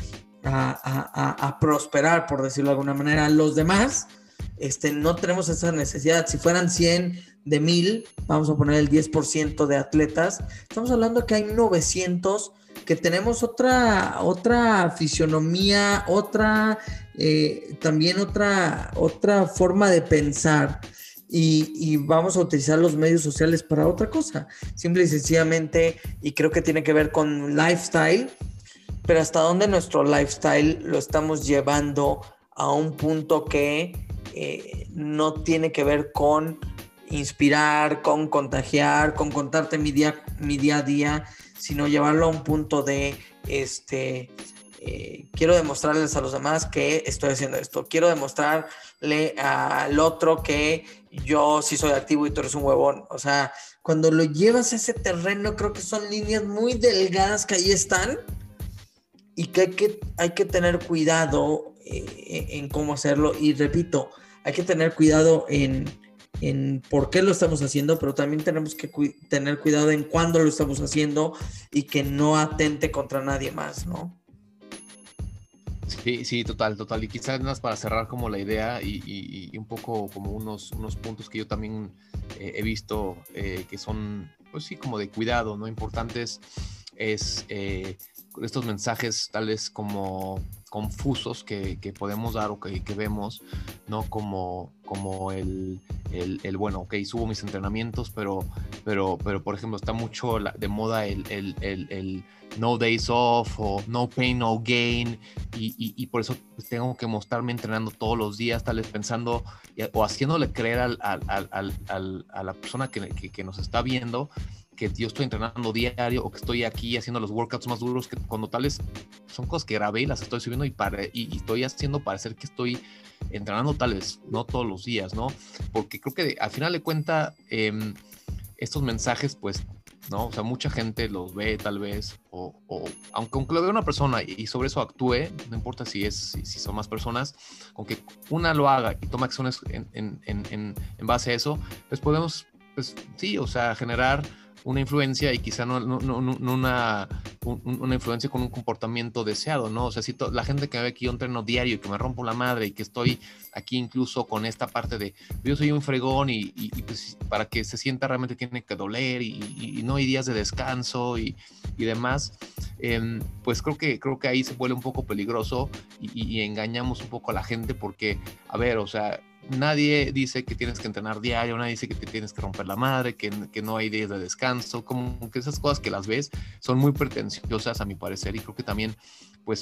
a prosperar, por decirlo de alguna manera. Los demás no tenemos esa necesidad. Si fueran 100 de 1000, vamos a poner el 10% de atletas, estamos hablando que hay 900 que tenemos otra fisionomía, también otra forma de pensar, y vamos a utilizar los medios sociales para otra cosa, simple y sencillamente, y creo que tiene que ver con lifestyle, pero hasta dónde nuestro lifestyle lo estamos llevando a un punto que no tiene que ver con inspirar, con contagiar, con contarte mi día a día, sino llevarlo a un punto de quiero demostrarles a los demás que estoy haciendo esto, quiero demostrarle al otro que yo sí soy activo y tú eres un huevón. O sea, cuando lo llevas a ese terreno, creo que son líneas muy delgadas que ahí están y que hay que tener cuidado en cómo hacerlo. Y repito, hay que tener cuidado en por qué lo estamos haciendo, pero también tenemos que tener cuidado en cuándo lo estamos haciendo y que no atente contra nadie más, ¿no? Sí, total. Y quizás más para cerrar como la idea y un poco como unos puntos que yo también he visto que son, pues sí, como de cuidado, ¿no? Importantes es estos mensajes tales como confusos que podemos dar o que vemos, ¿no? Como el bueno, ok, subo mis entrenamientos, pero por ejemplo, está mucho de moda el no days off o no pain, no gain, y por eso pues, tengo que mostrarme entrenando todos los días, tal vez pensando o haciéndole creer a la persona que nos está viendo que yo estoy entrenando diario o que estoy aquí haciendo los workouts más duros, que cuando tales son cosas que grabé y las estoy subiendo y estoy haciendo parecer que estoy entrenando tal vez, no todos los días, ¿no? Porque creo que al final de cuentas estos mensajes, pues, ¿no? O sea, mucha gente los ve tal vez, aunque lo vea una persona y sobre eso actúe, no importa si son más personas, con que una lo haga y tome acciones en base a eso, pues podemos, pues sí, o sea, generar una influencia y quizá no una influencia con un comportamiento deseado, ¿no? O sea, si la gente que me ve aquí yo entreno diario y que me rompo la madre y que estoy aquí incluso con esta parte de yo soy un fregón y pues para que se sienta realmente tiene que doler y no hay días de descanso y demás, pues creo que ahí se vuelve un poco peligroso y engañamos un poco a la gente porque, a ver, o sea, nadie dice que tienes que entrenar diario, nadie dice que te tienes que romper la madre, que no hay días de descanso, como que esas cosas que las ves son muy pretenciosas a mi parecer y creo que también pues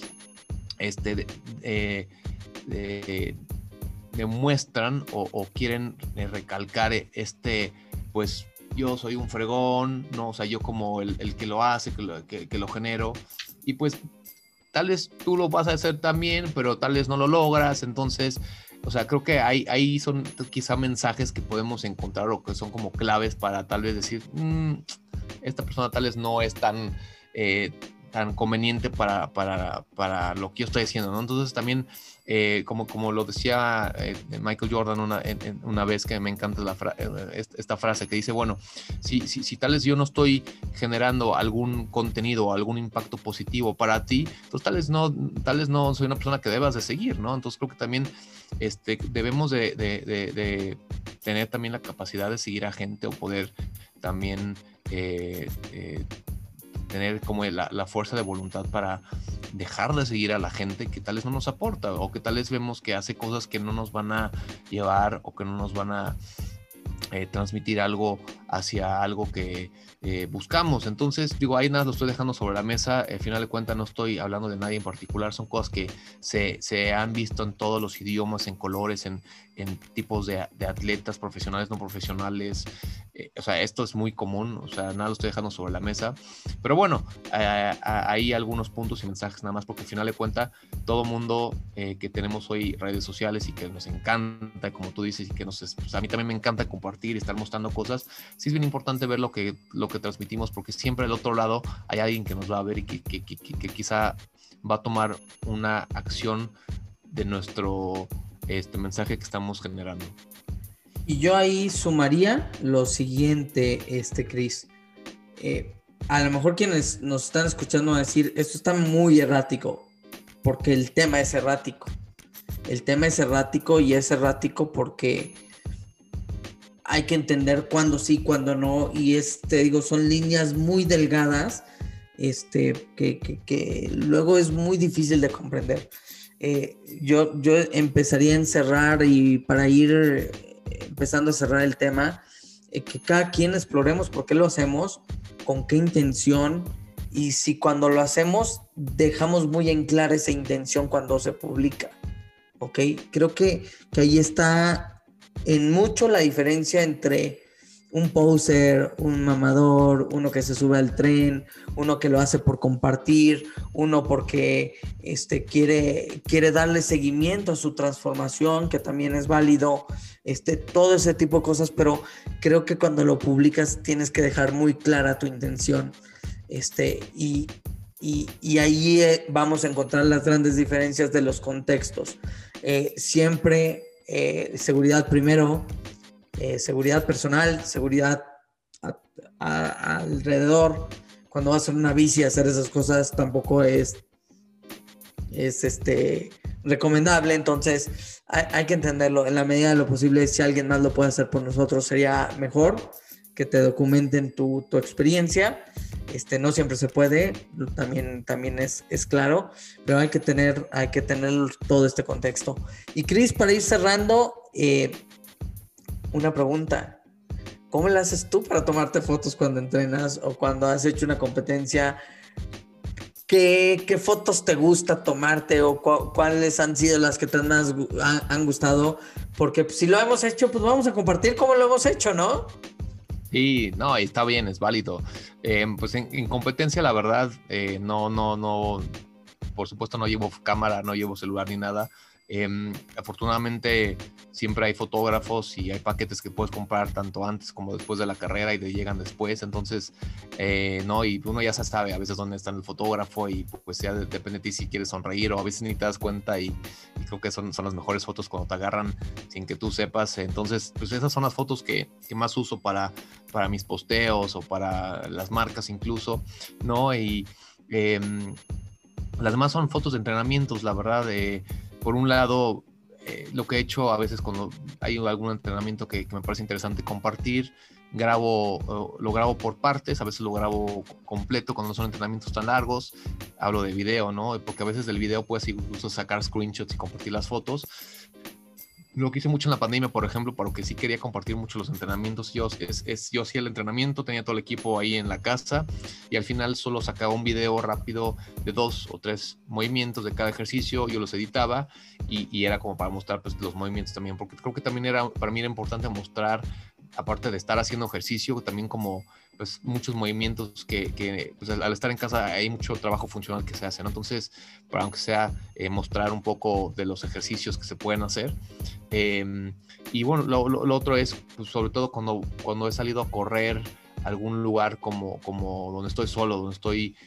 demuestran o quieren recalcar pues yo soy un fregón, ¿no? O sea, yo como el que lo hace, que lo genero y pues tal vez tú lo vas a hacer también, pero tal vez no lo logras, entonces... O sea, creo que ahí son quizá mensajes que podemos encontrar o que son como claves para tal vez decir, esta persona tal vez no es tan conveniente para lo que yo estoy haciendo, ¿no? Entonces también, como lo decía Michael Jordan una vez, que me encanta esta frase que dice, bueno, si tal vez yo no estoy generando algún contenido o algún impacto positivo para ti, pues tal vez no soy una persona que debas de seguir, ¿no? Entonces creo que también debemos de tener también la capacidad de seguir a gente o poder también tener como la fuerza de voluntad para dejar de seguir a la gente que tal vez no nos aporta o que tal vez vemos que hace cosas que no nos van a llevar o que no nos van a transmitir algo hacia algo que buscamos. Entonces, digo, ahí nada lo estoy dejando sobre la mesa. Al final de cuentas no estoy hablando de nadie en particular, son cosas que se han visto en todos los idiomas, en colores, en tipos de atletas profesionales, no profesionales. O sea, esto es muy común, o sea, nada lo estoy dejando sobre la mesa. Pero bueno, hay algunos puntos y mensajes nada más, porque al final de cuentas todo mundo que tenemos hoy redes sociales y que nos encanta, como tú dices, y que pues a mí también me encanta compartir y estar mostrando cosas, sí es bien importante ver lo que transmitimos, porque siempre al otro lado hay alguien que nos va a ver y que quizá va a tomar una acción de nuestro mensaje que estamos generando. Y yo ahí sumaría lo siguiente, Chris. A lo mejor quienes nos están escuchando van a decir, esto está muy errático, porque el tema es errático. El tema es errático y es errático porque hay que entender cuándo sí, cuándo no, y son líneas muy delgadas, que luego es muy difícil de comprender. Yo empezaría a encerrar, y para ir empezando a cerrar el tema, que cada quien exploremos por qué lo hacemos, con qué intención, y si cuando lo hacemos dejamos muy en clara esa intención cuando se publica, ¿ok? Creo que ahí está en mucho la diferencia entre un poser, un mamador, uno que se sube al tren, uno que lo hace por compartir, uno porque quiere darle seguimiento a su transformación, que también es válido, todo ese tipo de cosas, pero creo que cuando lo publicas tienes que dejar muy clara tu intención, y ahí vamos a encontrar las grandes diferencias de los contextos. Siempre seguridad primero, seguridad personal, seguridad alrededor. Cuando vas en una bici a hacer esas cosas tampoco es recomendable. Entonces hay que entenderlo. En la medida de lo posible, si alguien más lo puede hacer por nosotros, sería mejor que te documenten tu experiencia. No siempre se puede, también es claro, pero hay que tener todo este contexto. Y Chris, para ir cerrando, una pregunta: ¿cómo le haces tú para tomarte fotos cuando entrenas o cuando has hecho una competencia? ¿Qué fotos te gusta tomarte o cuáles han sido las que te han gustado? Porque pues, si lo hemos hecho, pues vamos a compartir cómo lo hemos hecho, ¿no? Sí, no, está bien, es válido. Pues en competencia, la verdad, no, por supuesto no llevo cámara, no llevo celular ni nada. Afortunadamente siempre hay fotógrafos y hay paquetes que puedes comprar tanto antes como después de la carrera y te llegan después, entonces no, y uno ya se sabe a veces dónde está el fotógrafo y pues ya depende de ti si quieres sonreír o a veces ni te das cuenta y creo que son las mejores fotos cuando te agarran sin que tú sepas. Entonces pues esas son las fotos que más uso para mis posteos o para las marcas incluso, ¿no? Y las demás son fotos de entrenamientos, la verdad. Por un lado, lo que he hecho a veces cuando hay algún entrenamiento que me parece interesante compartir, lo grabo por partes, a veces lo grabo completo cuando no son entrenamientos tan largos, hablo de video, ¿no? Porque a veces del video puedes incluso sacar screenshots y compartir las fotos. Lo que hice mucho en la pandemia, por ejemplo, para lo que sí quería compartir mucho los entrenamientos, yo hacía el entrenamiento, tenía todo el equipo ahí en la casa y al final solo sacaba un video rápido de 2 o 3 movimientos de cada ejercicio, yo los editaba y era como para mostrar pues, los movimientos también, porque creo que también para mí era importante mostrar, aparte de estar haciendo ejercicio, también como pues muchos movimientos que pues, al estar en casa hay mucho trabajo funcional que se hace, ¿no? Entonces, para aunque sea mostrar un poco de los ejercicios que se pueden hacer. Y bueno, lo otro es, pues, sobre todo cuando he salido a correr a algún lugar como donde estoy solo, donde estoy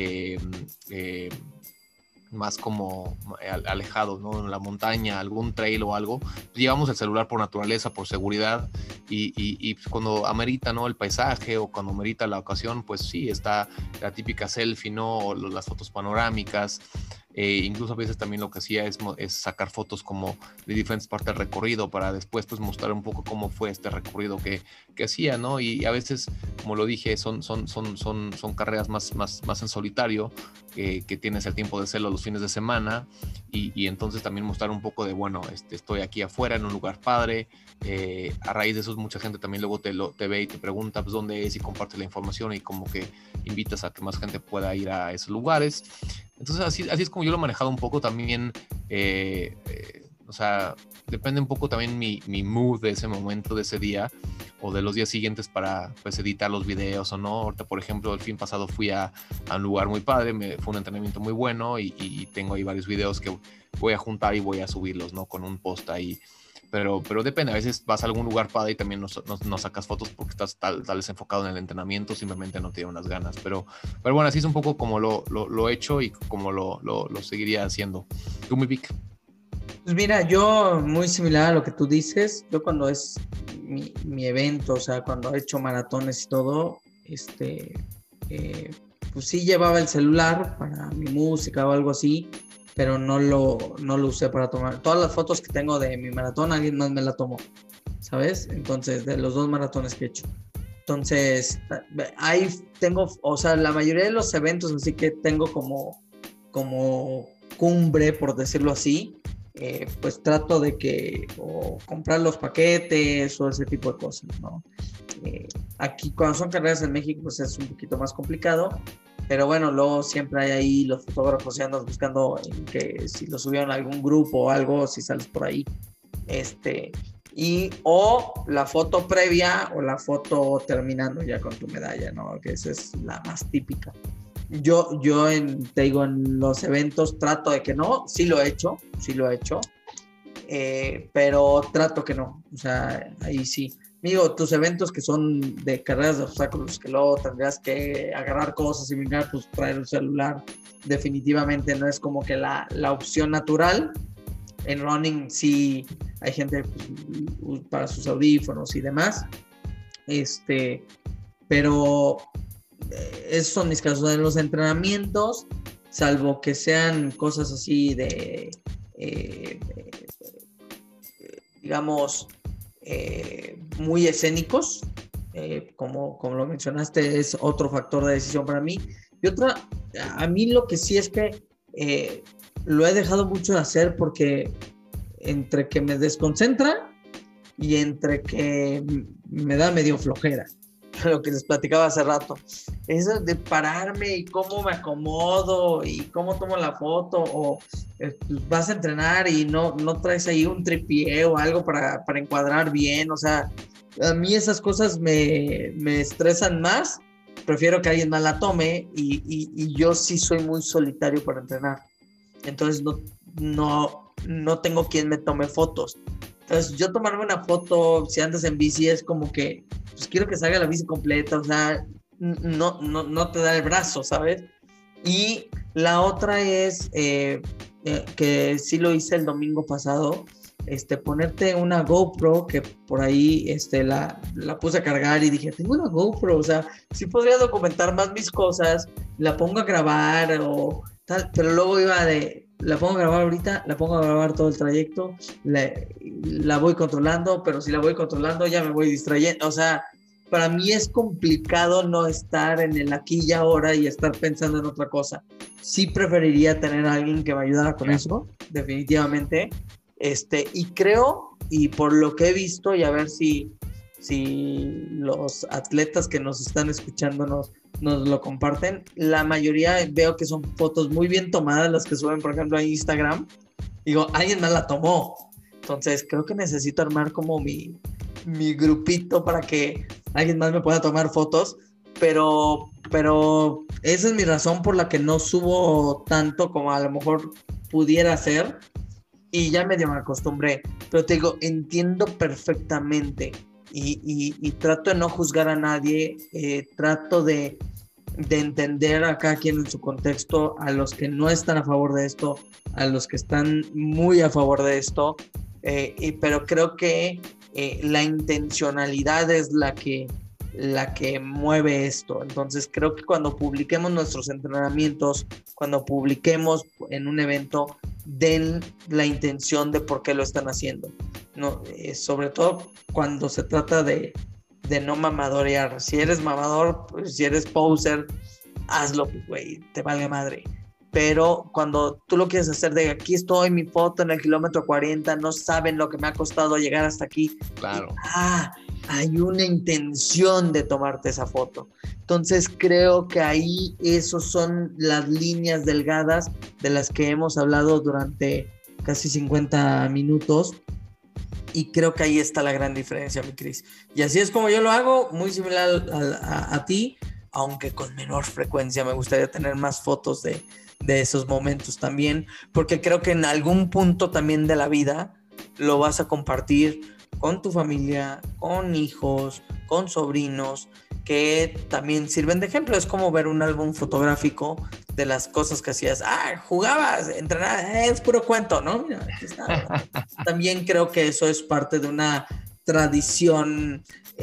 más como alejado, ¿no? En la montaña, algún trail o algo, llevamos el celular por naturaleza, por seguridad y pues cuando amerita, ¿no? El paisaje o cuando amerita la ocasión, pues sí, está la típica selfie, ¿no? O las fotos panorámicas. Incluso a veces también lo que hacía es sacar fotos como de diferentes partes del recorrido para después pues mostrar un poco cómo fue este recorrido que hacía, ¿no? Y a veces, como lo dije, son carreras más en solitario, que tienes el tiempo de hacerlo los fines de semana y entonces también mostrar un poco de, bueno, estoy aquí afuera en un lugar padre. A raíz de eso mucha gente también luego te ve y te pregunta pues dónde es y comparte la información y como que invitas a que más gente pueda ir a esos lugares. Entonces así es como yo lo he manejado un poco también, o sea, depende un poco también mi mood de ese momento, de ese día o de los días siguientes para pues editar los videos o no. Ahorita, por ejemplo, el fin pasado fui a un lugar muy padre, fue un entrenamiento muy bueno y tengo ahí varios videos que voy a juntar y voy a subirlos, ¿no? Con un post ahí. Pero depende, a veces vas a algún lugar padre y también no sacas fotos porque estás tal vez enfocado en el entrenamiento, simplemente no te dieron las ganas. Pero bueno, así es un poco como lo he hecho y como lo seguiría haciendo. ¿Tú, mi Vic? Pues mira, yo muy similar a lo que tú dices, yo cuando es mi evento, o sea, cuando he hecho maratones y todo, pues sí llevaba el celular para mi música o algo así, pero no lo usé para tomar. Todas las fotos que tengo de mi maratón, alguien más me la tomó, ¿sabes? Entonces, de los 2 maratones que he hecho. Entonces, ahí tengo, o sea, la mayoría de los eventos, así que tengo como cumbre, por decirlo así, pues trato de que o comprar los paquetes o ese tipo de cosas, ¿no? Aquí cuando son carreras en México pues es un poquito más complicado, pero bueno, luego siempre hay ahí los fotógrafos y andas buscando que si lo subieron a algún grupo o algo, si sales por ahí, o la foto previa o la foto terminando ya con tu medalla, ¿no? Que esa es la más típica. Yo te digo, en los eventos trato de que no, sí lo he hecho, pero trato que no, o sea, ahí sí. Digo, tus eventos que son de carreras de obstáculos, que luego tendrías que agarrar cosas y brincar, pues traer el celular, definitivamente no es como que la opción natural. En running sí hay gente pues, para sus audífonos y demás, pero esos son mis casos. En los entrenamientos, salvo que sean cosas así de digamos muy escénicos, como lo mencionaste, es otro factor de decisión para mí. Y a mí lo que sí es que lo he dejado mucho de hacer porque entre que me desconcentra y entre que me da medio flojera, lo que les platicaba hace rato, eso de pararme y cómo me acomodo y cómo tomo la foto, o vas a entrenar y no traes ahí un tripié o algo para encuadrar bien, o sea, A mí esas cosas me estresan más. Prefiero que alguien más la tome y yo sí soy muy solitario para entrenar. Entonces no tengo quien me tome fotos. Entonces yo tomarme una foto, si andas en bici, es como que, pues quiero que salga la bici completa, o sea, no te da el brazo, ¿sabes? Y la otra es que sí lo hice el domingo pasado, ponerte una GoPro que por ahí la puse a cargar y dije, tengo una GoPro, o sea, sí podría documentar más mis cosas, la pongo a grabar o tal, pero luego la pongo a grabar ahorita, la pongo a grabar todo el trayecto, la voy controlando, pero si la voy controlando ya me voy distrayendo, o sea, para mí es complicado no estar en el aquí y ahora y estar pensando en otra cosa. Sí preferiría tener a alguien que me ayudara con eso, definitivamente. Y creo, y por lo que he visto, y a ver si los atletas que nos están escuchando nos lo comparten, la mayoría veo que son fotos muy bien tomadas, las que suben, por ejemplo, a Instagram. Digo, alguien más la tomó. Entonces, creo que necesito armar como mi grupito para que alguien más me pueda tomar fotos, pero esa es mi razón por la que no subo tanto como a lo mejor pudiera ser, y ya medio me acostumbré, pero te digo, entiendo perfectamente y trato de no juzgar a nadie, trato de entender a cada quien en su contexto, a los que no están a favor de esto, a los que están muy a favor de esto, pero creo que la intencionalidad es la que mueve esto. Entonces creo que cuando publiquemos nuestros entrenamientos, cuando publiquemos en un evento, den la intención de por qué lo están haciendo, ¿no? Sobre todo cuando se trata de no mamadorear. Si eres mamador, pues, si eres poser, hazlo, güey, te valga madre. Pero cuando tú lo quieres hacer de aquí estoy, mi foto en el kilómetro 40, no saben lo que me ha costado llegar hasta aquí. Claro. Hay una intención de tomarte esa foto. Entonces creo que ahí esos son las líneas delgadas de las que hemos hablado durante casi 50 minutos. Y creo que ahí está la gran diferencia, mi Cris. Y así es como yo lo hago, muy similar a ti, aunque con menor frecuencia. Me gustaría tener más fotos de esos momentos también, porque creo que en algún punto también de la vida lo vas a compartir con tu familia, con hijos, con sobrinos, que también sirven de ejemplo. Es como ver un álbum fotográfico de las cosas que hacías. Jugabas, entrenabas, es puro cuento, ¿no? Mira, aquí está. También creo que eso es parte de una tradición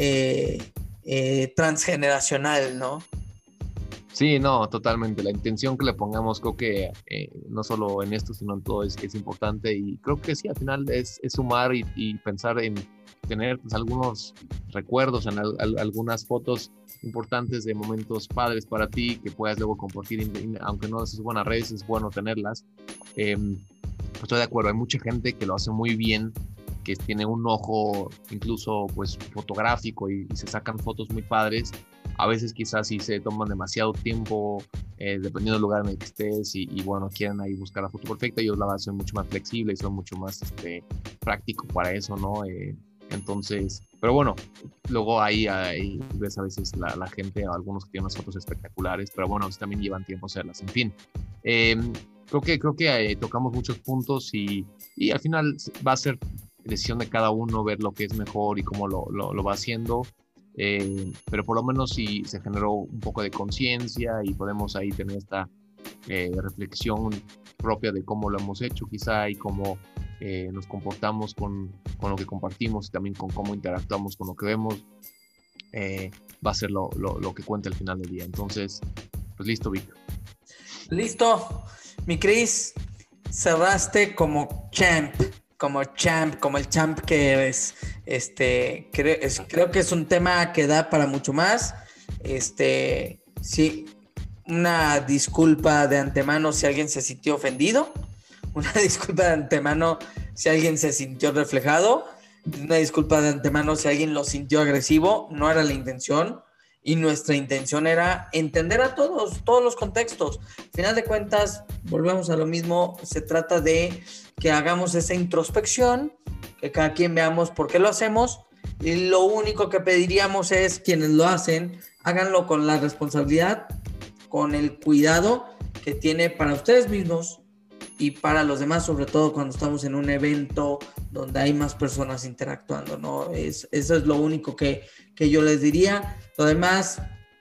transgeneracional, ¿no? Sí, no, totalmente. La intención que le pongamos, creo que no solo en esto, sino en todo es importante, y creo que sí, al final es sumar y pensar en tener pues, algunos recuerdos, en algunas fotos importantes de momentos padres para ti que puedas luego compartir, aunque no se suban a redes, es bueno tenerlas. Estoy de acuerdo, hay mucha gente que lo hace muy bien, que tiene un ojo incluso pues fotográfico y se sacan fotos muy padres. A veces quizás sí se toman demasiado tiempo, dependiendo del lugar en el que estés y bueno, quieren ahí buscar la foto perfecta. Yo la verdad soy mucho más flexible y soy mucho más práctico para eso, ¿no? Entonces, pero bueno, luego ahí ves a veces la gente, algunos que tienen unas fotos espectaculares, pero bueno, también llevan tiempo hacerlas. En fin, creo que tocamos muchos puntos y al final va a ser decisión de cada uno ver lo que es mejor y cómo lo va haciendo. Pero por lo menos si se generó un poco de conciencia y podemos ahí tener esta reflexión propia de cómo lo hemos hecho quizá y cómo nos comportamos con lo que compartimos y también con cómo interactuamos con lo que vemos, va a ser lo que cuenta al final del día. Entonces, pues listo, Vic. Listo, mi Cris, cerraste como champ, como el champ que eres. Creo que es un tema que da para mucho más. Sí, una disculpa de antemano si alguien se sintió ofendido, una disculpa de antemano si alguien se sintió reflejado, una disculpa de antemano si alguien lo sintió agresivo. No era la intención, y nuestra intención era entender a todos los contextos. Al final de cuentas, volvemos a lo mismo, se trata de que hagamos esa introspección, que cada quien veamos por qué lo hacemos Y lo único que pediríamos es, quienes lo hacen, háganlo con la responsabilidad, con el cuidado que tiene para ustedes mismos y para los demás, sobre todo cuando estamos en un evento donde hay más personas interactuando, ¿no? Eso es lo único que yo les diría. Lo demás,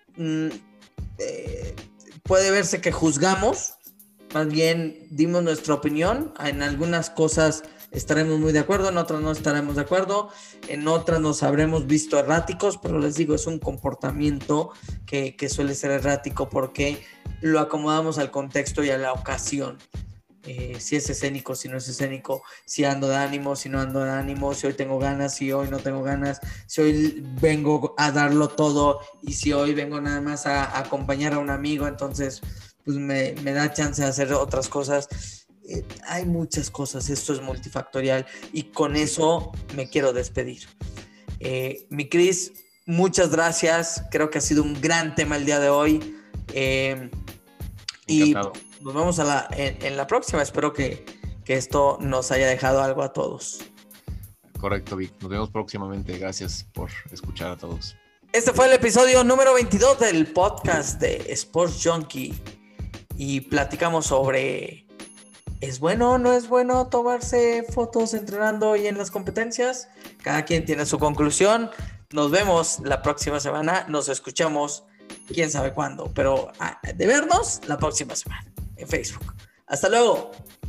puede verse que juzgamos, más bien dimos nuestra opinión. En algunas cosas estaremos muy de acuerdo, en otras no estaremos de acuerdo, en otras nos habremos visto erráticos, pero les digo, es un comportamiento que suele ser errático porque lo acomodamos al contexto y a la ocasión. Si es escénico, si no es escénico, si ando de ánimo, si no ando de ánimo, si hoy tengo ganas, si hoy no tengo ganas, si hoy vengo a darlo todo y si hoy vengo nada más a acompañar a un amigo, entonces pues me da chance de hacer otras cosas. Hay muchas cosas, esto es multifactorial y con eso me quiero despedir. Mi Cris, muchas gracias, creo que ha sido un gran tema el día de hoy. Y nos vemos en la próxima. Espero que esto nos haya dejado algo a todos. Correcto, Vic. Nos vemos próximamente. Gracias por escuchar a todos. Este fue el episodio número 22 del podcast de Sports Junkie. Y platicamos sobre... ¿Es bueno o no es bueno tomarse fotos entrenando y en las competencias? Cada quien tiene su conclusión. Nos vemos la próxima semana. Nos escuchamos quién sabe cuándo, pero de vernos la próxima semana en Facebook. Hasta luego.